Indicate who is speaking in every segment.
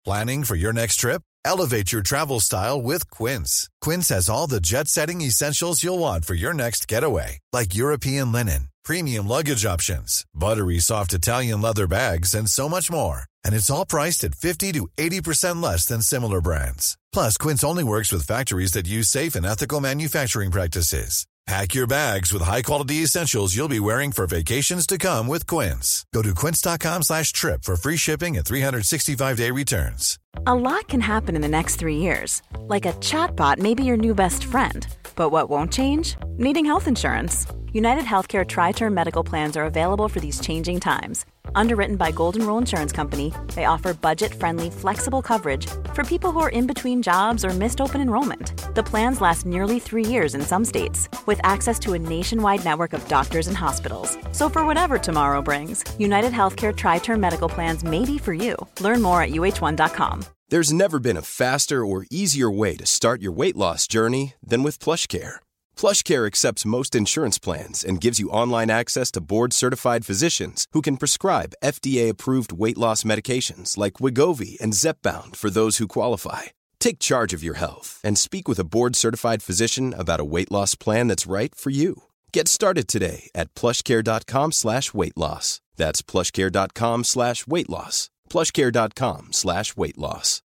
Speaker 1: Planning for your next trip? Elevate your travel style with Quince. Quince has all the jet-setting essentials you'll want for your next getaway, like European linen, premium luggage options, buttery soft Italian leather bags, and so much more. And it's all priced at 50 to 80% less than similar brands. Plus, Quince only works with factories that use safe and ethical manufacturing practices. Pack your bags with high-quality essentials you'll be wearing for vacations to come with Quince. Go to quince.com/trip for free shipping and 365-day returns.
Speaker 2: A lot can happen in the next 3 years. Like a chatbot may be your new best friend. But what won't change? Needing health insurance. United Healthcare Tri-Term Medical Plans are available for these changing times. Underwritten by Golden Rule Insurance Company, they offer budget-friendly, flexible coverage for people who are in between jobs or missed open enrollment. The plans last nearly 3 years in some states, with access to a nationwide network of doctors and hospitals. So for whatever tomorrow brings, United Healthcare Tri-Term Medical Plans may be for you. Learn more at uh1.com.
Speaker 3: There's never been a faster or easier way to start your weight loss journey than with PlushCare. PlushCare accepts most insurance plans and gives you online access to board-certified physicians who can prescribe FDA-approved weight loss medications like Wegovy and Zepbound for those who qualify. Take charge of your health and speak with a board-certified physician about a weight loss plan that's right for you. Get started today at plushcare.com/weight loss. That's plushcare.com/weight loss. plushcare.com/weight loss.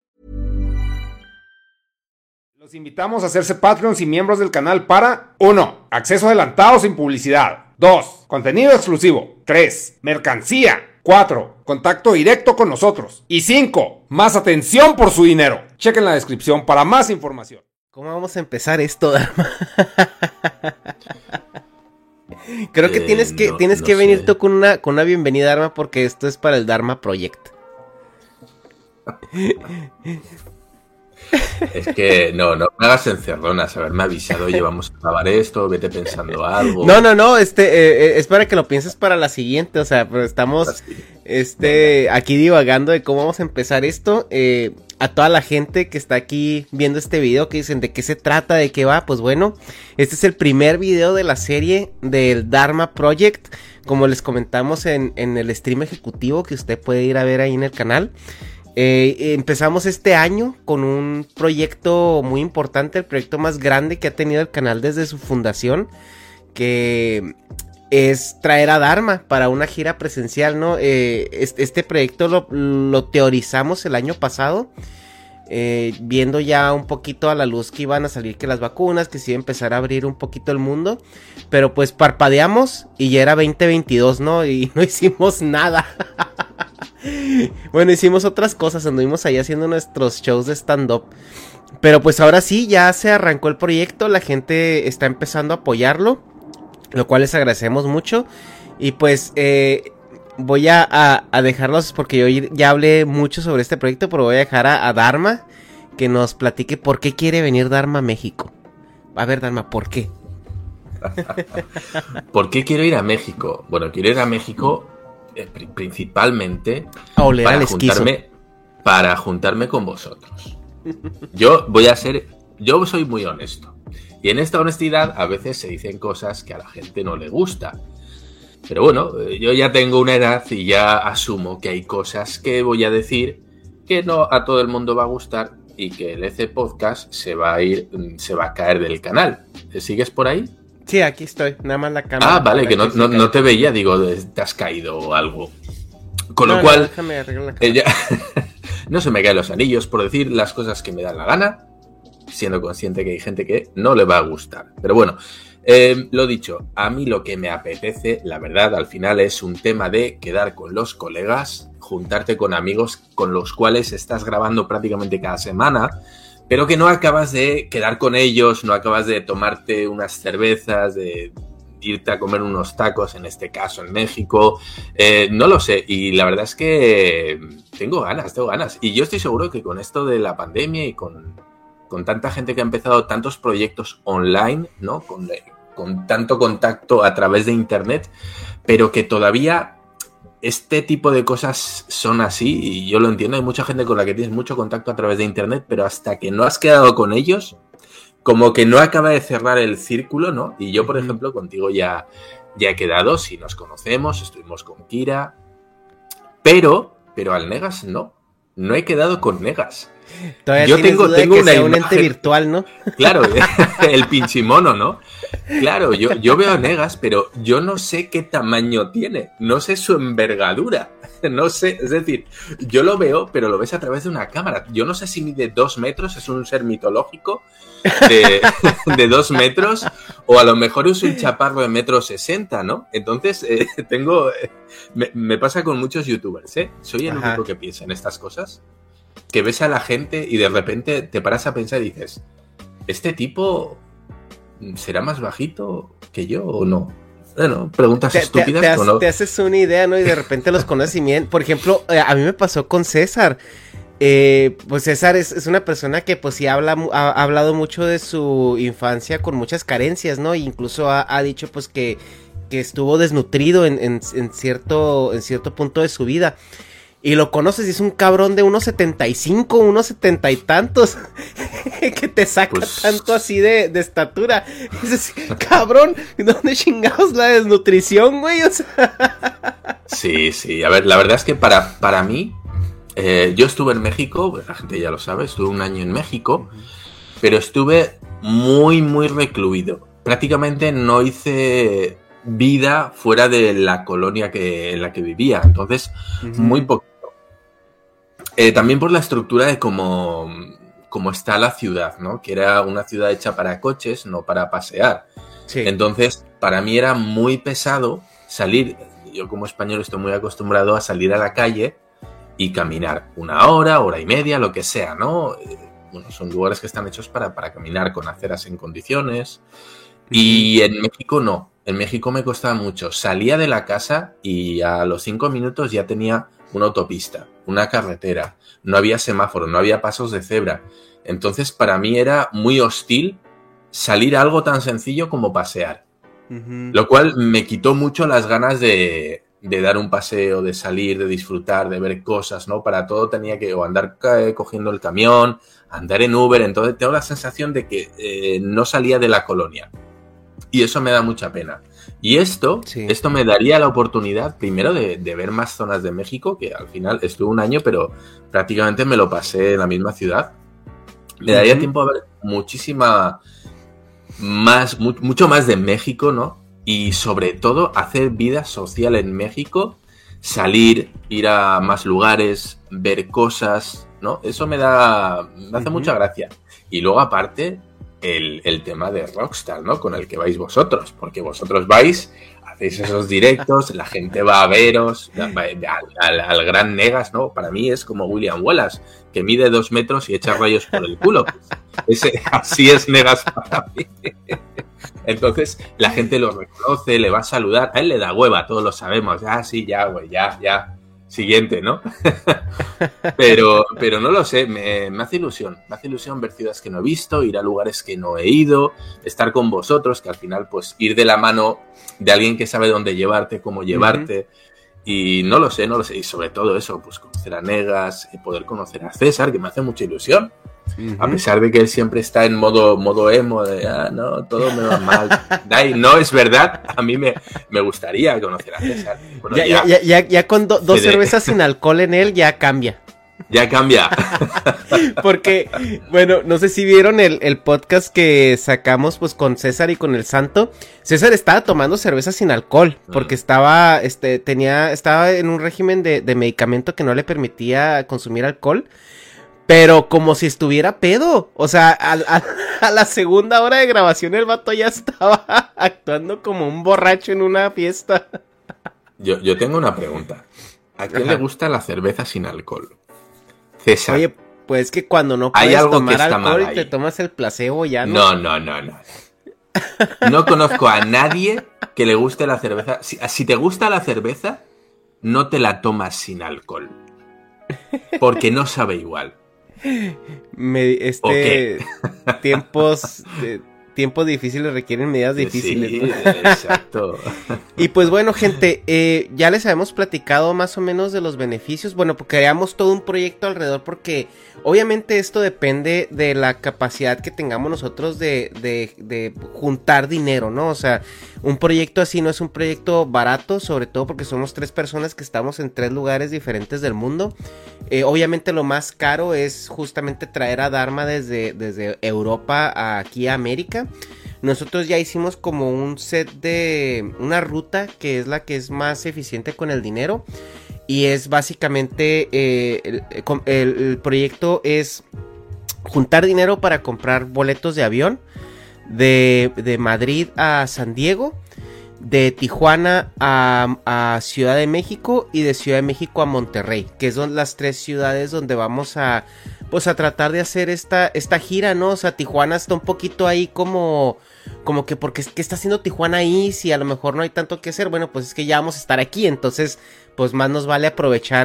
Speaker 4: Los invitamos a hacerse Patreons y miembros del canal para 1. Acceso adelantado sin publicidad. 2. Contenido exclusivo. 3. Mercancía. 4. Contacto directo con nosotros. Y 5. Más atención por su dinero. Chequen la descripción para más información.
Speaker 5: ¿Cómo vamos a empezar esto, Dharma? Creo que tienes que venir tú con una bienvenida, Dharma, porque esto es para el Dharma Project.
Speaker 6: Es que no me hagas encerronas, haberme avisado, oye, vamos a grabar esto, vete pensando algo.
Speaker 5: No, es para que lo pienses para la siguiente, o sea, pero estamos aquí divagando de cómo vamos a empezar esto. A toda la gente que está aquí viendo este video, que dicen de qué se trata, de qué va, pues bueno, este es el primer video de la serie del Dharma Project, como les comentamos en el stream ejecutivo que usted puede ir a ver ahí en el canal. Empezamos este año con un proyecto muy importante, el proyecto más grande que ha tenido el canal desde su fundación, que es traer a Dharma para una gira presencial, ¿no? Este proyecto lo teorizamos el año pasado, viendo ya un poquito a la luz que iban a salir que las vacunas, que se iba a empezar a abrir un poquito el mundo, pero pues parpadeamos y ya era 2022, ¿no? Y no hicimos nada. Bueno, hicimos otras cosas, anduvimos ahí haciendo nuestros shows de stand-up. Pero pues ahora sí, ya se arrancó el proyecto, la gente está empezando a apoyarlo, lo cual les agradecemos mucho. Y pues voy a dejarlos, porque yo ya hablé mucho sobre este proyecto, pero voy a dejar a Dharma que nos platique por qué quiere venir Dharma a México. A ver, Dharma, ¿por qué?
Speaker 6: ¿Por qué quiero ir a México? Bueno, quiero ir a México principalmente para juntarme con vosotros. Yo soy muy honesto, y en esta honestidad a veces se dicen cosas que a la gente no le gusta, pero bueno, yo ya tengo una edad y ya asumo que hay cosas que voy a decir que no a todo el mundo va a gustar y que el EC Podcast se va a caer del canal. ¿Sigues por ahí?
Speaker 5: Sí, aquí estoy, nada más la cámara.
Speaker 6: Ah, vale, que no te veía, digo, te has caído o algo. Con lo cual,
Speaker 5: déjame arreglar la cámara.
Speaker 6: No se me caen los anillos por decir las cosas que me dan la gana, siendo consciente que hay gente que no le va a gustar. Pero bueno, lo dicho, a mí lo que me apetece, la verdad, al final es un tema de quedar con los colegas, juntarte con amigos con los cuales estás grabando prácticamente cada semana, pero que no acabas de quedar con ellos, no acabas de tomarte unas cervezas, de irte a comer unos tacos, en este caso en México, no lo sé, y la verdad es que tengo ganas, y yo estoy seguro que con esto de la pandemia y con tanta gente que ha empezado tantos proyectos online, ¿no? Con tanto contacto a través de internet, pero que todavía este tipo de cosas son así, y yo lo entiendo, hay mucha gente con la que tienes mucho contacto a través de internet, pero hasta que no has quedado con ellos, como que no acaba de cerrar el círculo, ¿no? Y yo, por ejemplo, contigo ya he quedado, si nos conocemos, estuvimos con Kira, pero al Negas no. no he quedado con Negas.
Speaker 5: Todavía
Speaker 6: Yo
Speaker 5: tienes
Speaker 6: tengo
Speaker 5: duda de
Speaker 6: tengo
Speaker 5: que
Speaker 6: una
Speaker 5: sea un ente
Speaker 6: imagen.
Speaker 5: virtual, ¿no?
Speaker 6: Claro, el pinchimono, ¿no? Claro, yo veo a Negas, pero yo no sé qué tamaño tiene, no sé su envergadura, no sé, es decir, yo lo veo, pero lo ves a través de una cámara. Yo no sé si mide 2 metros, es un ser mitológico de 2 metros, o a lo mejor es un chaparro de 1,60 m, ¿no? Entonces, me pasa con muchos youtubers, ¿eh? Soy el único que piensa en estas cosas, que ves a la gente y de repente te paras a pensar y dices, ¿este tipo será más bajito que yo o no? Bueno, preguntas estúpidas o no.
Speaker 5: Te haces una idea, ¿no? Y de repente los conoces y bien. Por ejemplo, a mí me pasó con César. Pues César es una persona que pues sí ha hablado mucho de su infancia con muchas carencias, ¿no? E incluso ha dicho pues que estuvo desnutrido en cierto punto de su vida. Y lo conoces y es un cabrón de 1,75, 1,70 y tantos, que te saca pues tanto así de estatura. Dices, cabrón, ¿dónde chingados la desnutrición, güey? O sea...
Speaker 6: Sí, a ver, la verdad es que para mí, yo estuve en México, la gente ya lo sabe, estuve 1 año en México, pero estuve muy, muy recluido. Prácticamente no hice vida fuera de la colonia en la que vivía, entonces muy poco. También por la estructura de cómo está la ciudad, ¿no? Que era una ciudad hecha para coches, no para pasear. Sí. Entonces, para mí era muy pesado salir. Yo como español estoy muy acostumbrado a salir a la calle y caminar 1 hora, hora y media, lo que sea, ¿no? Bueno, son lugares que están hechos para caminar con aceras en condiciones. Y en México no. En México me costaba mucho. Salía de la casa y a los 5 minutos ya tenía una autopista, una carretera, no había semáforo, no había pasos de cebra. Entonces, para mí era muy hostil salir a algo tan sencillo como pasear. Lo cual me quitó mucho las ganas de dar un paseo, de salir, de disfrutar, de ver cosas, ¿no? Para todo tenía que o andar cogiendo el camión, andar en Uber. Entonces, tengo la sensación de que no salía de la colonia. Y eso me da mucha pena. Y esto me daría la oportunidad, primero, de ver más zonas de México, que al final estuve 1 año, pero prácticamente me lo pasé en la misma ciudad. Me daría tiempo a ver mucho más de México, ¿no? Y sobre todo, hacer vida social en México, salir, ir a más lugares, ver cosas, ¿no? Eso me hace mucha gracia. Y luego, aparte, el tema de Rockstar, ¿no? Con el que vais vosotros, porque vosotros vais, hacéis esos directos, la gente va a veros, al gran Negas, ¿no? Para mí es como William Wallace, que mide 2 metros y echa rayos por el culo. Así es Negas para mí. Entonces, la gente lo reconoce, le va a saludar, a él le da hueva, todos lo sabemos, sí, ya, güey, ya. Siguiente, ¿no? pero no lo sé, me hace ilusión ver ciudades que no he visto, ir a lugares que no he ido, estar con vosotros, que al final pues ir de la mano de alguien que sabe dónde llevarte, cómo llevarte, y no lo sé, y sobre todo eso, pues conocer a Negas, poder conocer a César, que me hace mucha ilusión. A pesar de que él siempre está en modo emo, de no, todo me va mal. No es verdad, a mí me gustaría conocer a César. Bueno,
Speaker 5: ya con dos cervezas sin alcohol en él, ya cambia.
Speaker 6: Ya cambia.
Speaker 5: Porque, bueno, no sé si vieron el podcast que sacamos pues con César y con el Santo. César estaba tomando cerveza sin alcohol porque estaba en un régimen de medicamento que no le permitía consumir alcohol. Pero como si estuviera pedo. O sea, a la segunda hora de grabación el vato ya estaba actuando como un borracho en una fiesta.
Speaker 6: Yo tengo una pregunta. ¿A quién le gusta la cerveza sin alcohol? César.
Speaker 5: Oye, pues que cuando no puedes tomar alcohol y te tomas el placebo ya no.
Speaker 6: No. No conozco a nadie que le guste la cerveza. Si te gusta la cerveza, no te la tomas sin alcohol. Porque no sabe igual.
Speaker 5: Tiempos tiempos difíciles requieren medidas difíciles.
Speaker 6: Sí,
Speaker 5: ¿no?
Speaker 6: Exacto.
Speaker 5: Y pues bueno, gente, ya les habíamos platicado más o menos de los beneficios. Bueno, pues creamos todo un proyecto alrededor porque obviamente esto depende de la capacidad que tengamos nosotros de juntar dinero, ¿no? O sea, un proyecto así no es un proyecto barato, sobre todo porque somos 3 personas que estamos en 3 lugares diferentes del mundo. Obviamente lo más caro es justamente traer a Dharma desde Europa aquí a América. Nosotros ya hicimos como un set de una ruta que es la que es más eficiente con el dinero. Y es básicamente el proyecto es juntar dinero para comprar boletos de avión de Madrid a San Diego, de Tijuana a Ciudad de México y de Ciudad de México a Monterrey, que son las 3 ciudades donde vamos a tratar de hacer esta gira, ¿no? O sea, Tijuana está un poquito ahí como que porque ¿qué está haciendo Tijuana ahí? Si a lo mejor no hay tanto que hacer, bueno, pues es que ya vamos a estar aquí, entonces pues más nos vale aprovechar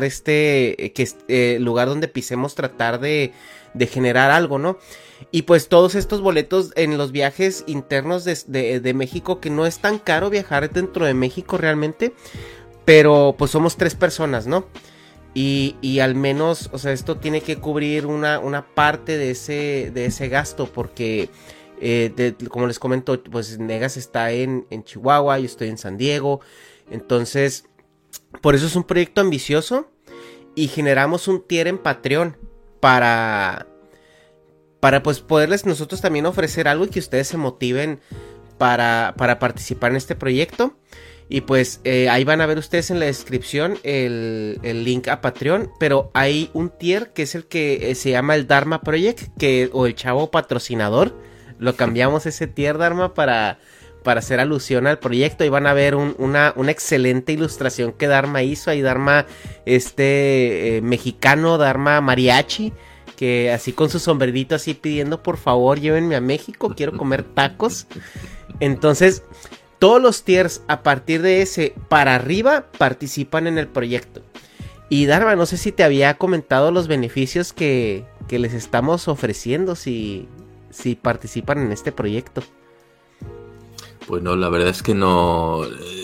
Speaker 5: lugar donde pisemos, tratar de generar algo, ¿no? Y pues todos estos boletos en los viajes internos de México, que no es tan caro viajar dentro de México realmente, pero pues somos 3 personas, ¿no? Y al menos, o sea, esto tiene que cubrir una parte de ese gasto, porque como les comento, pues Negas está en Chihuahua, yo estoy en San Diego, entonces por eso es un proyecto ambicioso y generamos un tier en Patreon para pues poderles nosotros también ofrecer algo y que ustedes se motiven para participar en este proyecto. Y pues ahí van a ver ustedes en la descripción el link a Patreon, pero hay un tier que es el que se llama el Dharma Project, o el chavo patrocinador. Lo cambiamos ese tier, Dharma, para hacer alusión al proyecto. Y van a ver una excelente ilustración que Dharma hizo. Hay Dharma mexicano, Dharma mariachi, que así con su sombrerito así pidiendo por favor llévenme a México, quiero comer tacos. Entonces todos los tiers a partir de ese para arriba participan en el proyecto. Y Dharma, no sé si te había comentado los beneficios que les estamos ofreciendo si participan en este proyecto.
Speaker 6: Pues no, la verdad es que no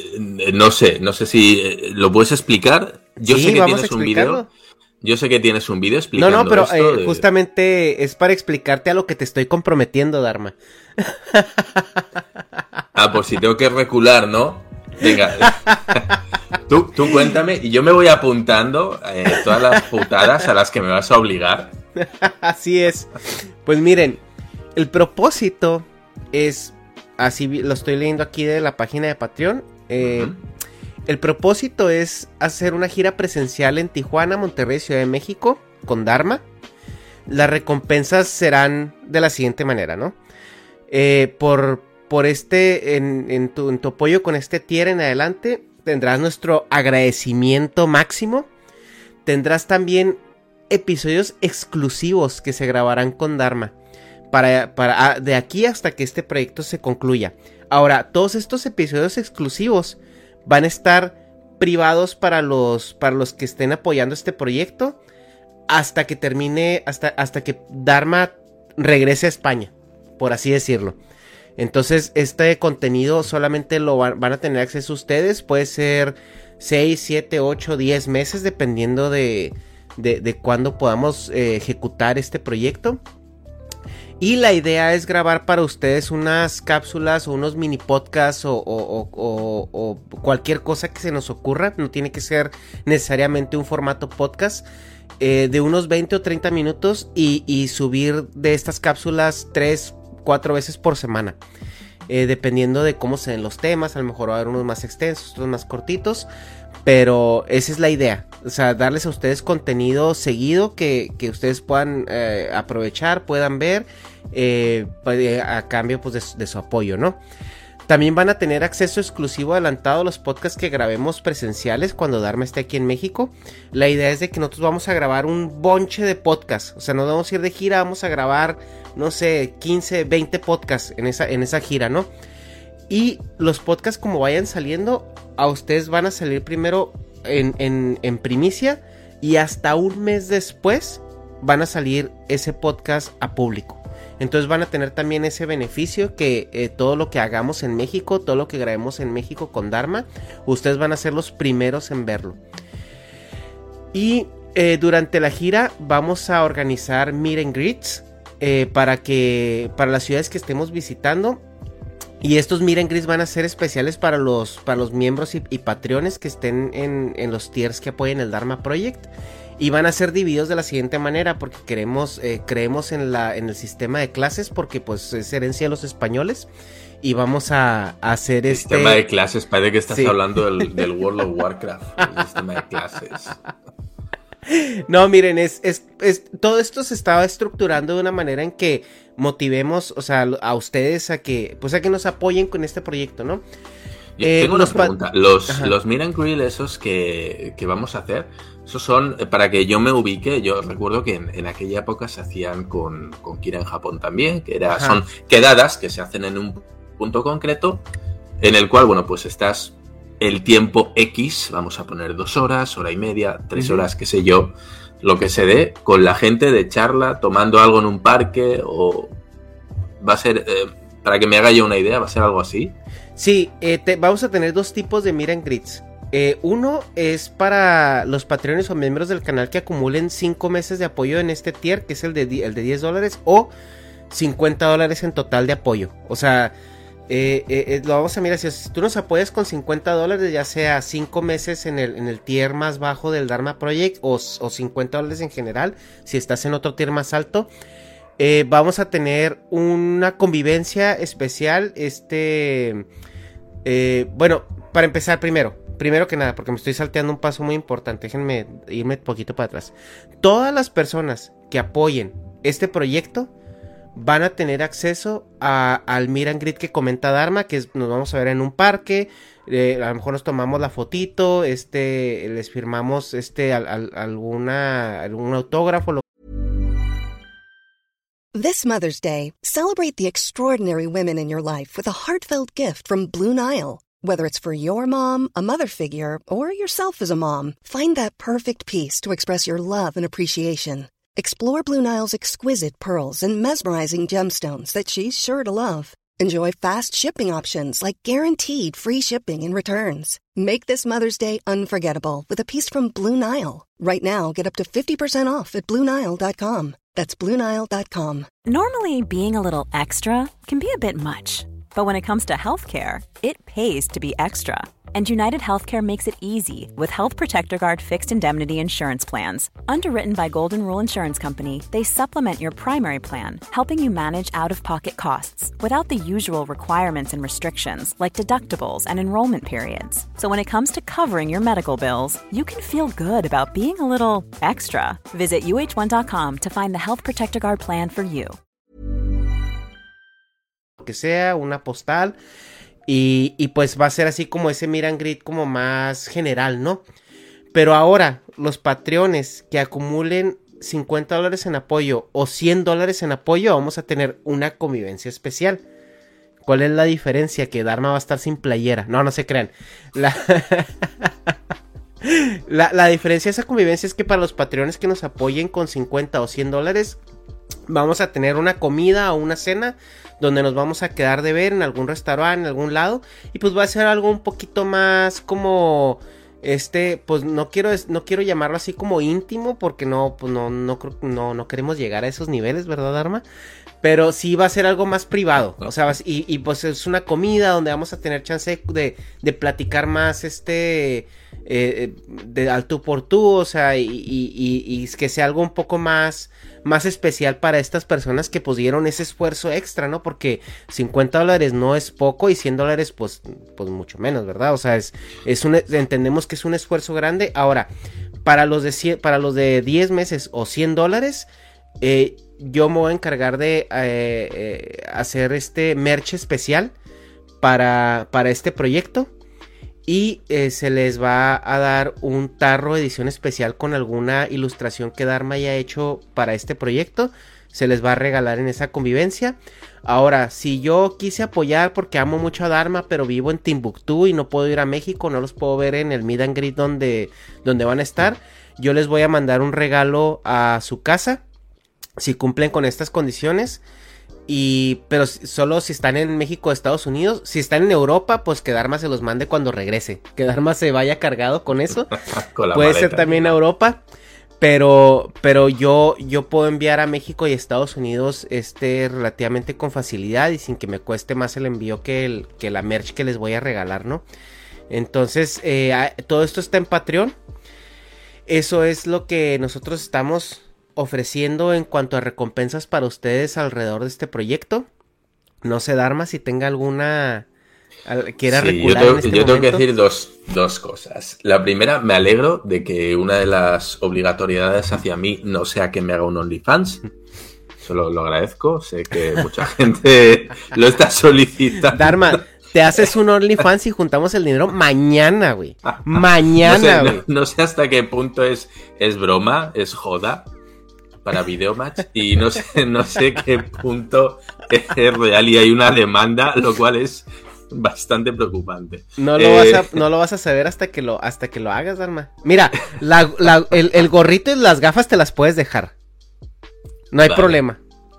Speaker 6: sé si lo puedes explicar. Yo sé que tienes un vídeo. Yo sé que tienes un vídeo explicando
Speaker 5: No, pero
Speaker 6: esto
Speaker 5: justamente es para explicarte a lo que te estoy comprometiendo, Dharma.
Speaker 6: Por si tengo que recular, ¿no? Venga, tú cuéntame y yo me voy apuntando todas las putadas a las que me vas a obligar.
Speaker 5: Así es. Pues miren, el propósito es, así lo estoy leyendo aquí de la página de Patreon, el propósito es hacer una gira presencial en Tijuana, Monterrey, Ciudad de México con Dharma. Las recompensas serán de la siguiente manera, ¿no? Por en tu apoyo con este tier en adelante, tendrás nuestro agradecimiento máximo. Tendrás también episodios exclusivos que se grabarán con Dharma de aquí hasta que este proyecto se concluya. Ahora, todos estos episodios exclusivos van a estar privados para los que estén apoyando este proyecto hasta que termine, hasta que Dharma regrese a España, por así decirlo. Entonces este contenido solamente lo van a tener acceso ustedes. Puede ser 6, 7, 8, 10 meses dependiendo de cuándo podamos ejecutar este proyecto. Y la idea es grabar para ustedes unas cápsulas o unos mini podcasts o cualquier cosa que se nos ocurra. No tiene que ser necesariamente un formato podcast, de unos 20 o 30 minutos y subir de estas cápsulas 3-4 veces por semana. Dependiendo de cómo se den los temas, a lo mejor va a haber unos más extensos, otros más cortitos. Pero esa es la idea, o sea, darles a ustedes contenido seguido que ustedes puedan aprovechar, puedan ver, a cambio pues de su apoyo, ¿no? También van a tener acceso exclusivo adelantado a los podcasts que grabemos presenciales cuando Dharma esté aquí en México. La idea es de que nosotros vamos a grabar un bonche de podcasts, o sea, nos vamos a ir de gira, vamos a grabar, no sé, 15, 20 podcasts en esa gira, ¿no? Y los podcasts como vayan saliendo, a ustedes van a salir primero en primicia y hasta un mes después van a salir ese podcast a público. Entonces van a tener también ese beneficio que todo lo que hagamos en México, todo lo que grabemos en México con Dharma, ustedes van a ser los primeros en verlo. Y durante la gira vamos a organizar meet and greets para las ciudades que estemos visitando. Y estos meet and greets van a ser especiales para los miembros y patreones que estén en los tiers que apoyen el Dharma Project. Y van a ser divididos de la siguiente manera, porque creemos en el sistema de clases, porque pues es herencia de los españoles. Y vamos a hacer
Speaker 6: sistema de clases, parece que estás hablando del World of Warcraft, el sistema de clases.
Speaker 5: No, miren, todo esto se estaba estructurando de una manera en que motivemos, o sea, a ustedes a que nos apoyen con este proyecto, ¿no?
Speaker 6: Tengo una pregunta. Los meet and greet esos que vamos a hacer, esos son, para que yo me ubique, yo recuerdo que en aquella época se hacían con Kira en Japón también, que son quedadas que se hacen en un punto concreto, en el cual, bueno, pues estás el tiempo X, vamos a poner 2 horas, hora y media, 3 horas, qué sé yo, lo que se dé, con la gente de charla, tomando algo en un parque, o va a ser, para que me haga yo una idea, va a ser algo así.
Speaker 5: Sí, vamos a tener 2 tipos de meet and greets. Uno es para los patreones o miembros del canal que acumulen 5 meses de apoyo en este tier, que es el de $10, o $50 en total de apoyo. O sea, lo vamos a mirar, si tú nos apoyas con $50, ya sea 5 meses en el tier más bajo del Dharma Project, o $50 en general, si estás en otro tier más alto, vamos a tener una convivencia especial. Bueno, para empezar, primero que nada, porque me estoy salteando un paso muy importante, déjenme irme un poquito para atrás. Todas las personas que apoyen este proyecto van a tener acceso al meet and greet que comenta Dharma, que nos vamos a ver en un parque, a lo mejor nos tomamos la fotito, les firmamos algún autógrafo.
Speaker 7: This Mother's Day, celebrate the extraordinary women in your life with a heartfelt gift from Blue Nile. Whether it's for your mom, a mother figure, or yourself as a mom, find that perfect piece to express your love and appreciation. Explore Blue Nile's exquisite pearls and mesmerizing gemstones that she's sure to love. Enjoy fast shipping options like guaranteed free shipping and returns. Make this Mother's Day unforgettable with a piece from Blue Nile. Right now, get up to 50% off at BlueNile.com. That's BlueNile.com.
Speaker 2: Normally, being a little extra can be a bit much. But when it comes to healthcare, it pays to be extra. And United Healthcare makes it easy with Health Protector Guard fixed indemnity insurance plans. Underwritten by Golden Rule Insurance Company, they supplement your primary plan, helping you manage out-of-pocket costs without the usual requirements and restrictions like deductibles and enrollment periods. So when it comes to covering your medical bills, you can feel good about being a little extra. Visit uh1.com to find the Health Protector Guard plan for you.
Speaker 5: Que sea una postal. Y pues va a ser así como ese meet and greet como más general, ¿no? Pero ahora, los patreones que acumulen $50 en apoyo o $100 en apoyo, vamos a tener una convivencia especial. ¿Cuál es la diferencia? Que Dharma va a estar sin playera. No se crean. La diferencia de esa convivencia es que para los patreones que nos apoyen con $50 o $100, vamos a tener una comida o una cena donde nos vamos a quedar de ver en algún restaurante, en algún lado, y pues va a ser algo un poquito más como pues no quiero llamarlo así como íntimo, porque no queremos llegar a esos niveles, ¿verdad, Dharma? Pero sí va a ser algo más privado, o sea, y pues es una comida donde vamos a tener chance de platicar más de al tú por tú, o sea, y que sea algo un poco más especial para estas personas que pues dieron ese esfuerzo extra, ¿no? Porque $50 no es poco y $100 pues mucho menos, ¿verdad? O sea, entendemos que es un esfuerzo grande. Ahora, para los de 10 meses o $100, yo me voy a encargar de hacer merch especial para este proyecto. Y se les va a dar un tarro edición especial con alguna ilustración que Dharma haya hecho para este proyecto. Se les va a regalar en esa convivencia. Ahora, si yo quise apoyar porque amo mucho a Dharma, pero vivo en Timbuktu y no puedo ir a México, no los puedo ver en el meet and greet donde van a estar, yo les voy a mandar un regalo a su casa si cumplen con estas condiciones. pero solo si están en México o Estados Unidos. Si están en Europa, pues que Dharma se los mande cuando regrese. Que Dharma se vaya cargado con eso.
Speaker 6: Con
Speaker 5: Puede
Speaker 6: maleta,
Speaker 5: ser también a Europa. Pero yo puedo enviar a México y Estados Unidos relativamente con facilidad y sin que me cueste más el envío que la merch que les voy a regalar, ¿no? Entonces, todo esto está en Patreon. Eso es lo que nosotros estamos ofreciendo en cuanto a recompensas para ustedes alrededor de este proyecto. No sé, Dharma, si tenga alguna... quiera recular en este
Speaker 6: yo tengo que
Speaker 5: momento.
Speaker 6: decir dos cosas. La primera, me alegro de que una de las obligatoriedades hacia mí no sea que me haga un OnlyFans. Eso lo agradezco. Sé que mucha gente lo está solicitando.
Speaker 5: Dharma, te haces un OnlyFans y juntamos el dinero mañana, güey. Mañana, güey.
Speaker 6: No sé hasta qué punto es broma, es joda para Videomatch, y no sé qué punto es real y hay una demanda, lo cual es bastante preocupante.
Speaker 5: No lo vas a saber hasta que lo hagas, Dharma. Mira, el gorrito y las gafas te las puedes dejar. No hay problema.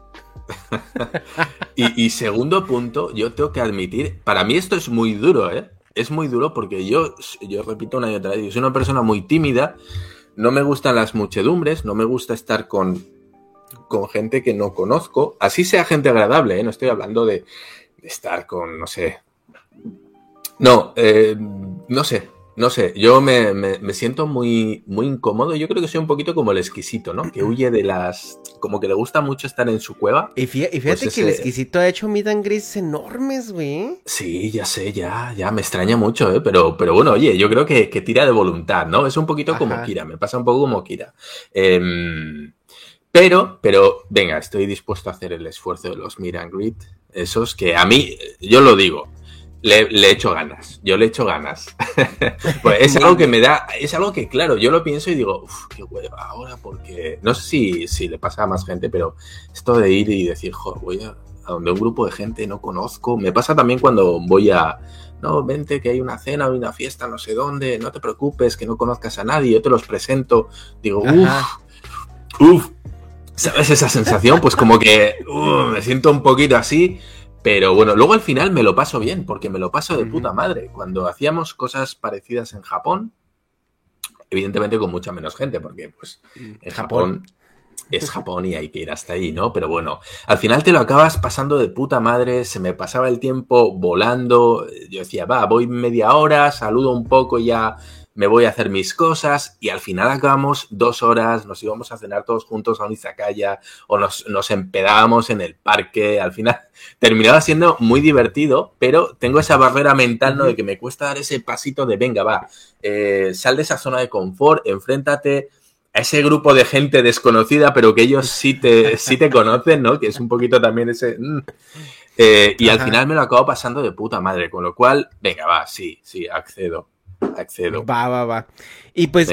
Speaker 6: Y segundo punto, yo tengo que admitir, para mí esto es muy duro, ¿eh? Es muy duro porque yo repito una y otra vez, yo soy una persona muy tímida, no me gustan las muchedumbres, no me gusta estar con gente que no conozco, así sea gente agradable, ¿eh? No estoy hablando de estar con, no sé... No sé, yo me siento muy, muy incómodo. Yo creo que soy un poquito como el exquisito, ¿no? Que huye de las... Como que le gusta mucho estar en su cueva.
Speaker 5: Y fíjate
Speaker 6: pues
Speaker 5: que el exquisito ha hecho meet and greets enormes, güey.
Speaker 6: Sí, ya sé, ya me extraña mucho, ¿eh? Pero bueno, oye, yo creo que tira de voluntad, ¿no? Es un poquito como Kira, me pasa un poco como Kira. Pero, venga, estoy dispuesto a hacer el esfuerzo de los meet and greet. Esos que a mí, yo lo digo, le echo ganas. Yo le echo ganas. Pues es algo que me da, es algo que, claro, yo lo pienso y digo, qué hueva ahora, porque no sé si le pasa a más gente, pero esto de ir y decir, joder, voy a donde un grupo de gente no conozco. Me pasa también cuando voy no, vente que hay una cena o una fiesta, no sé dónde, no te preocupes, que no conozcas a nadie, yo te los presento. Digo, ¿sabes esa sensación? Pues como que me siento un poquito así. Pero bueno, luego al final me lo paso bien, porque me lo paso de puta madre. Cuando hacíamos cosas parecidas en Japón, evidentemente con mucha menos gente, porque pues en Japón es Japón y hay que ir hasta ahí, ¿no? Pero bueno, al final te lo acabas pasando de puta madre, se me pasaba el tiempo volando. Yo decía, voy media hora, saludo un poco y ya me voy a hacer mis cosas, y al final acabamos 2 horas, nos íbamos a cenar todos juntos a un izakaya o nos empedábamos en el parque. Al final terminaba siendo muy divertido, pero tengo esa barrera mental, ¿no? De que me cuesta dar ese pasito de venga, sal de esa zona de confort, enfréntate a ese grupo de gente desconocida, pero que ellos sí te conocen, ¿no? Que es un poquito también ese... y al final me lo acabo pasando de puta madre, con lo cual, venga, sí, accedo.
Speaker 5: Va. Y pues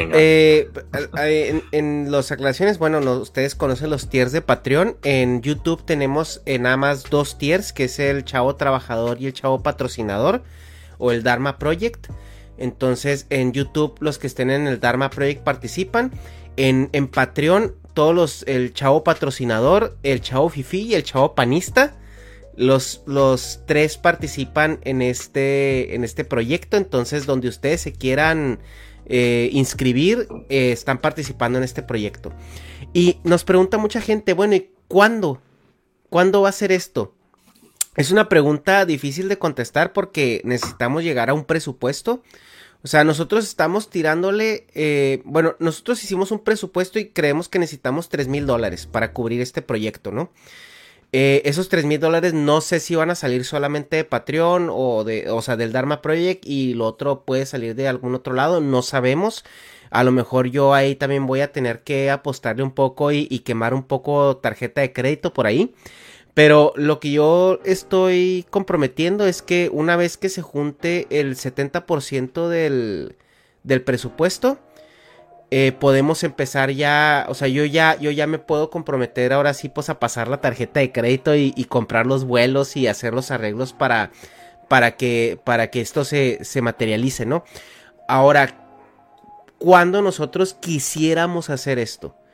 Speaker 5: en las aclaraciones, bueno, ustedes conocen los tiers de Patreon. En YouTube tenemos nada más 2 tiers, que es el Chavo Trabajador y el Chavo Patrocinador, o el Dharma Project. Entonces en YouTube los que estén en el Dharma Project participan. En Patreon todos el Chavo Patrocinador, el Chavo Fifi y el Chavo Panista, los 3 participan en este proyecto. Entonces donde ustedes se quieran inscribir, están participando en este proyecto. Y nos pregunta mucha gente, bueno, ¿y cuándo va a ser esto? Es una pregunta difícil de contestar porque necesitamos llegar a un presupuesto. O sea, nosotros estamos tirándole, nosotros hicimos un presupuesto y creemos que necesitamos $3,000 para cubrir este proyecto, ¿no? Esos $3,000 no sé si van a salir solamente de Patreon o sea, del Dharma Project, y lo otro puede salir de algún otro lado, no sabemos. A lo mejor yo ahí también voy a tener que apostarle un poco y quemar un poco tarjeta de crédito por ahí. Pero lo que yo estoy comprometiendo es que una vez que se junte el 70% del presupuesto, podemos empezar ya, o sea, yo ya me puedo comprometer ahora sí, pues, a pasar la tarjeta de crédito y comprar los vuelos y hacer los arreglos para que esto se materialice, ¿no? Ahora, ¿cuándo nosotros quisiéramos hacer esto?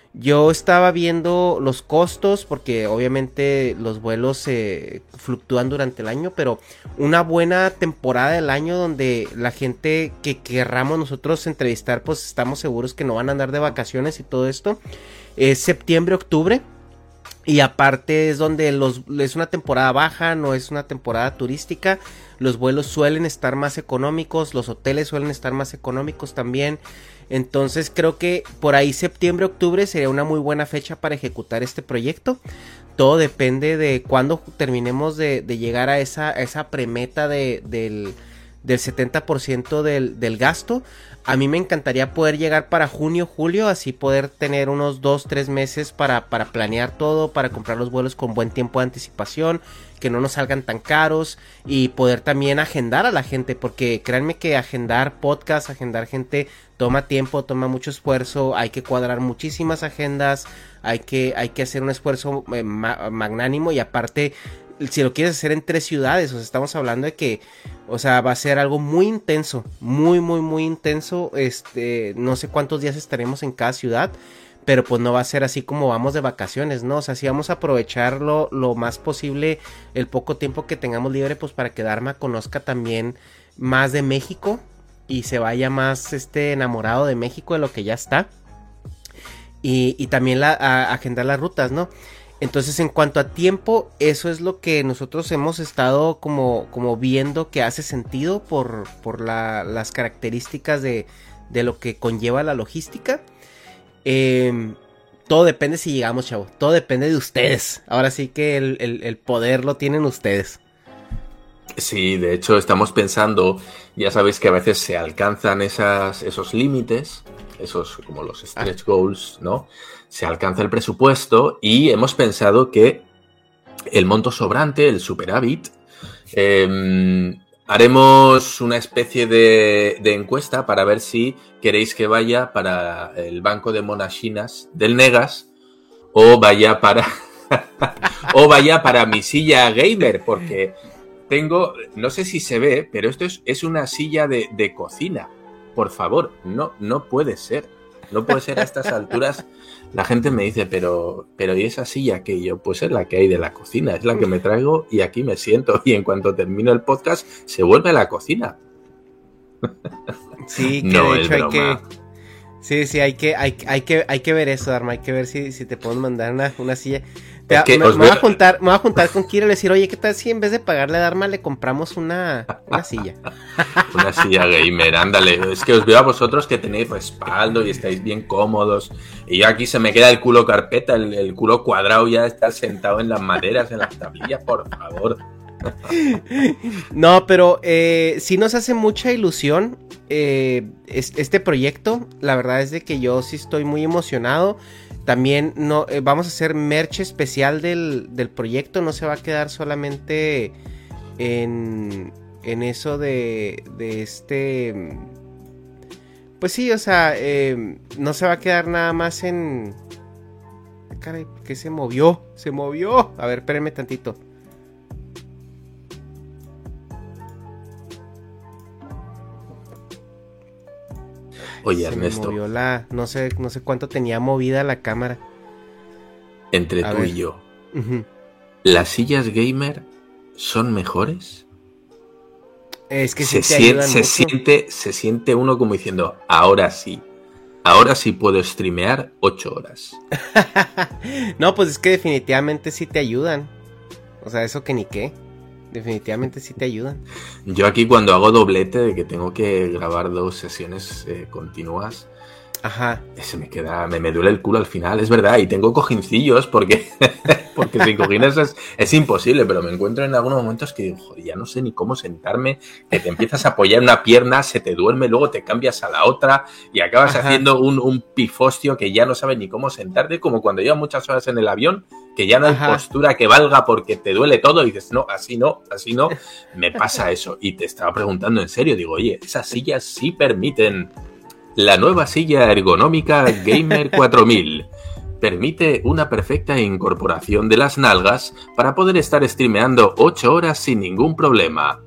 Speaker 5: Yo estaba viendo los costos porque obviamente los vuelos fluctúan durante el año, pero una buena temporada del año donde la gente que querramos nosotros entrevistar, pues estamos seguros que no van a andar de vacaciones y todo esto, es septiembre, octubre. Y aparte es donde es una temporada baja, no es una temporada turística. Los vuelos suelen estar más económicos, los hoteles suelen estar más económicos también. Entonces creo que por ahí septiembre, octubre sería una muy buena fecha para ejecutar este proyecto. Todo depende de cuándo terminemos de llegar a esa premeta del 70% del gasto. A mí me encantaría poder llegar para junio, julio, así poder tener unos 2-3 meses para planear todo, para comprar los vuelos con buen tiempo de anticipación, que no nos salgan tan caros y poder también agendar a la gente, porque créanme que agendar podcast, agendar gente toma tiempo, toma mucho esfuerzo, hay que cuadrar muchísimas agendas, hay que hacer un esfuerzo magnánimo y aparte, si lo quieres hacer en 3 ciudades, o sea, estamos hablando de que, o sea, va a ser algo muy intenso, muy intenso, no sé cuántos días estaremos en cada ciudad, pero pues no va a ser así como vamos de vacaciones, ¿no? O sea, sí vamos a aprovechar lo más posible el poco tiempo que tengamos libre, pues para que Dharma conozca también más de México y se vaya más enamorado de México de lo que ya está, y también agendar las rutas, ¿no? Entonces, en cuanto a tiempo, eso es lo que nosotros hemos estado como viendo que hace sentido por las características de lo que conlleva la logística. Todo depende si llegamos, chavo. Todo depende de ustedes. Ahora sí que el poder lo tienen ustedes.
Speaker 6: Sí, de hecho estamos pensando, ya sabéis que a veces se alcanzan esos límites, esos como los stretch goals, ¿no? Se alcanza el presupuesto y hemos pensado que el monto sobrante, el superávit, haremos una especie de encuesta para ver si queréis que vaya para el banco de monachinas del Negas o vaya para o vaya para mi silla gamer, porque tengo, no sé si se ve, pero esto es una silla de cocina. Por favor, no puede ser. No puede ser a estas alturas. La gente me dice, pero ¿y esa silla que yo? Pues es la que hay de la cocina, es la que me traigo y aquí me siento. Y en cuanto termino el podcast, se vuelve a la cocina.
Speaker 5: Sí, que
Speaker 6: no
Speaker 5: de hecho
Speaker 6: es broma.
Speaker 5: Sí, hay que ver eso, Dharma. Hay que ver si te podemos mandar una silla.
Speaker 6: Es que
Speaker 5: me voy a juntar con Kira y le decir, oye, ¿qué tal si en vez de pagarle a Dharma le compramos una silla?
Speaker 6: Una silla gamer, ándale. Es que os veo a vosotros que tenéis respaldo y estáis bien cómodos. Y yo aquí se me queda el culo carpeta, el culo cuadrado ya de estar sentado en las maderas, en las tablillas, por favor.
Speaker 5: No, pero sí nos hace mucha ilusión este proyecto. La verdad es de que yo sí estoy muy emocionado. También vamos a hacer merch especial del proyecto. No se va a quedar solamente en eso de pues sí, o sea, no se va a quedar nada más en... Caray, ¿qué se movió? Se movió. A ver, espérenme tantito.
Speaker 6: Oye,
Speaker 5: se
Speaker 6: Ernesto,
Speaker 5: me movió no sé cuánto tenía movida la cámara.
Speaker 6: entre
Speaker 5: A
Speaker 6: tú
Speaker 5: ver.
Speaker 6: y yo,
Speaker 5: Uh-huh.
Speaker 6: ¿las sillas gamer son mejores?
Speaker 5: Es que
Speaker 6: Se
Speaker 5: sí te ayudan mucho.
Speaker 6: siente uno como diciendo, ahora sí puedo streamear 8 horas.
Speaker 5: No, pues es que definitivamente sí te ayudan. O sea, eso que ni qué. Definitivamente sí te ayudan.
Speaker 6: Yo aquí cuando hago doblete de que tengo que grabar 2 sesiones continuas,
Speaker 5: Ajá.
Speaker 6: se me queda, me duele el culo al final, es verdad, y tengo cojincillos porque sin cojines es imposible, pero me encuentro en algunos momentos que digo, joder, ya no sé ni cómo sentarme, que te empiezas a apoyar en una pierna, se te duerme, luego te cambias a la otra y acabas
Speaker 5: Ajá.
Speaker 6: haciendo un pifostio que ya no sabes ni cómo sentarte, como cuando llevas muchas horas en el avión, que ya no hay
Speaker 5: Ajá.
Speaker 6: postura que valga porque te duele todo y dices, no, así no, me pasa eso. Y te estaba preguntando en serio, digo, oye, esas sillas sí permiten. La nueva silla ergonómica Gamer 4000 permite una perfecta incorporación de las nalgas para poder estar streameando 8 horas sin ningún problema.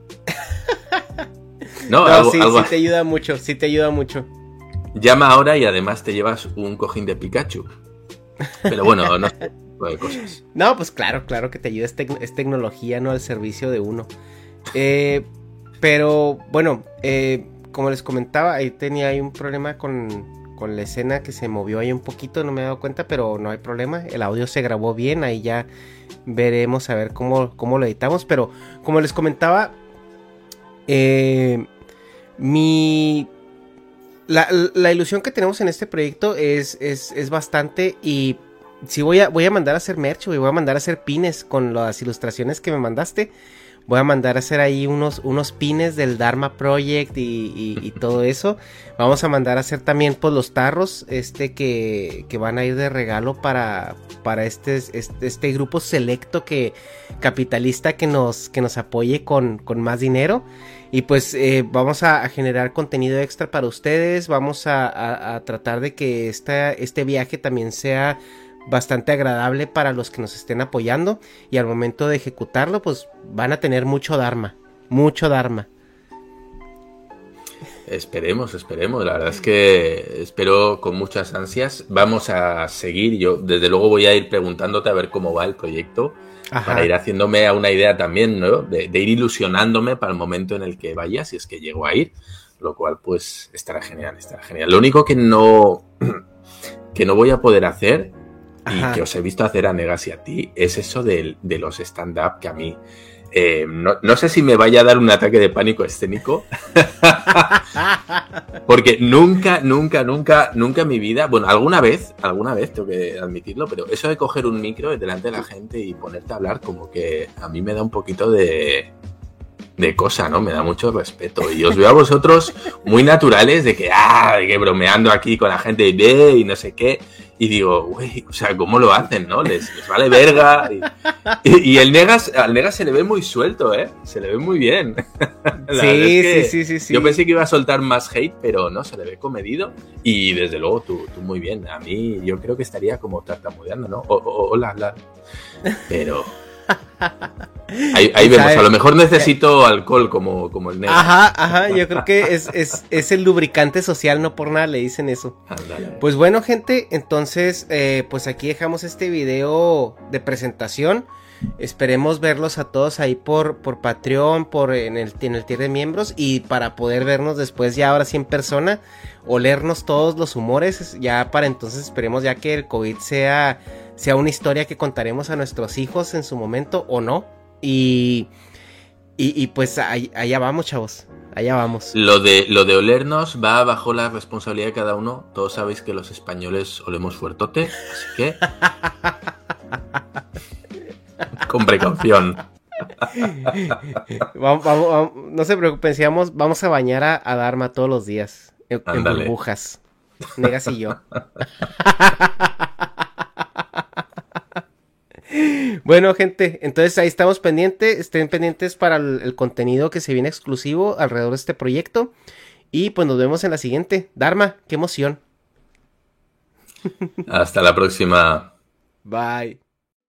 Speaker 6: No,
Speaker 5: No, sí te ayuda mucho, sí te ayuda mucho.
Speaker 6: Llama ahora y además te llevas un cojín de Pikachu. Pero bueno, no sé, de cosas.
Speaker 5: No, pues claro que te ayuda, es tecnología, ¿no? Al servicio de uno. Pero bueno, como les comentaba, ahí tenía ahí un problema con la escena que se movió ahí un poquito, no me he dado cuenta, pero no hay problema, el audio se grabó bien, ahí ya veremos a ver cómo lo editamos, pero como les comentaba, la ilusión que tenemos en este proyecto es bastante, y sí voy a mandar a hacer merch, voy a mandar a hacer pines con las ilustraciones que me mandaste. Voy a mandar a hacer ahí unos pines del Dharma Project y todo eso. Vamos a mandar a hacer también pues los tarros que van a ir de regalo para este grupo selecto capitalista que nos apoye con más dinero. Y pues vamos a generar contenido extra para ustedes. Vamos a tratar de que este viaje también sea bastante agradable para los que nos estén apoyando, y al momento de ejecutarlo pues van a tener mucho Dharma.
Speaker 6: Esperemos, la verdad es que espero con muchas ansias. Vamos a seguir, yo desde luego voy a ir preguntándote a ver cómo va el proyecto. Ajá. Para ir haciéndome a una idea también, ¿no? De ir ilusionándome para el momento en el que vaya, si es que llego a ir, lo cual pues estará genial. Lo único que no voy a poder hacer, y que os he visto hacer a Negas y a ti, es eso de los stand-up, que a mí no sé si me vaya a dar un ataque de pánico escénico. Porque nunca en mi vida, bueno, alguna vez tengo que admitirlo, pero eso de coger un micro delante de la gente y ponerte a hablar, como que a mí me da un poquito de cosa, ¿no? Me da mucho respeto. Y os veo a vosotros muy naturales de que bromeando aquí con la gente y no sé qué. Y digo, güey, o sea, ¿cómo lo hacen, no? Les vale verga. Y al Negas se le ve muy suelto, ¿eh? Se le ve muy bien. Sí. Yo pensé que iba a soltar más hate, pero no, se le ve comedido. Y desde luego tú muy bien. A mí yo creo que estaría como tartamudeando, ¿no? Hola. Pero... Ahí vemos, a lo mejor necesito alcohol como el negro.
Speaker 5: Ajá, yo creo que es el lubricante social, no por nada le dicen eso. Andale. Pues bueno, gente, entonces pues aquí dejamos este video de presentación. Esperemos verlos a todos ahí por Patreon, en el tier de miembros, y para poder vernos después ya ahora sí en persona, olernos todos los humores, ya para entonces esperemos ya que el COVID sea una historia que contaremos a nuestros hijos en su momento o no. Y pues allá vamos, chavos. Allá vamos.
Speaker 6: Lo de olernos va bajo la responsabilidad de cada uno. Todos sabéis que los españoles olemos fuertote, así que con precaución.
Speaker 5: Vamos, no se preocupen, vamos a bañar a Dharma todos los días en burbujas. Negas y yo. Bueno, gente, entonces ahí estamos pendientes. Estén pendientes para el contenido que se viene exclusivo alrededor de este proyecto. Y pues nos vemos en la siguiente. Dharma, qué emoción.
Speaker 6: Hasta la próxima.
Speaker 5: Bye.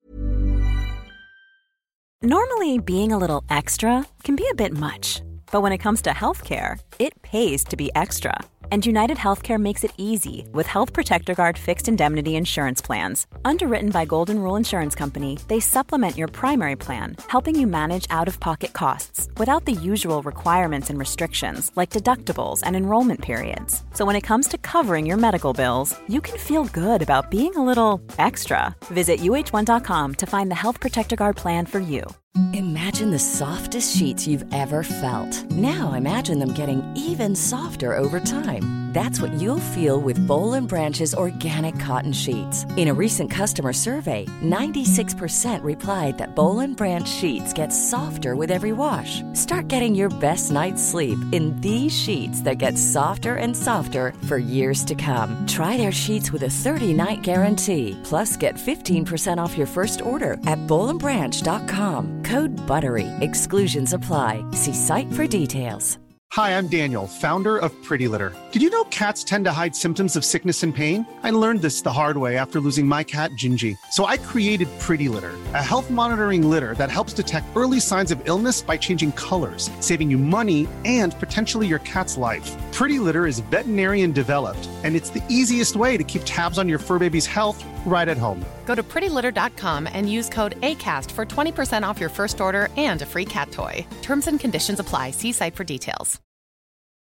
Speaker 2: Normally, being a little extra can be a bit much. But when it comes to healthcare, it pays to be extra. And United Healthcare makes it easy with Health Protector Guard fixed indemnity insurance plans. Underwritten by Golden Rule Insurance Company, they supplement your primary plan, helping you manage out-of-pocket costs without the usual requirements and restrictions like deductibles and enrollment periods. So when it comes to covering your medical bills, you can feel good about being a little extra. Visit uh1.com to find the Health Protector Guard plan for you.
Speaker 8: Imagine the softest sheets you've ever felt. Now imagine them getting even softer over time. That's what you'll feel with Boll & Branch's organic cotton sheets. In a recent customer survey, 96% replied that Boll & Branch sheets get softer with every wash. Start getting your best night's sleep in these sheets that get softer and softer for years to come. Try their sheets with a 30-night guarantee. Plus, get 15% off your first order at bollandbranch.com. Code BUTTERY. Exclusions apply. See site for details.
Speaker 9: Hi, I'm Daniel, founder of Pretty Litter. Did you know cats tend to hide symptoms of sickness and pain? I learned this the hard way after losing my cat, Gingy. So I created Pretty Litter, a health monitoring litter that helps detect early signs of illness by changing colors, saving you money and potentially your cat's life. Pretty Litter is veterinarian developed, and it's the easiest way to keep tabs on your fur baby's health right at home.
Speaker 10: Go to prettylitter.com and use code ACAST for 20% off your first order and a free cat toy. Terms and conditions apply. See site for details.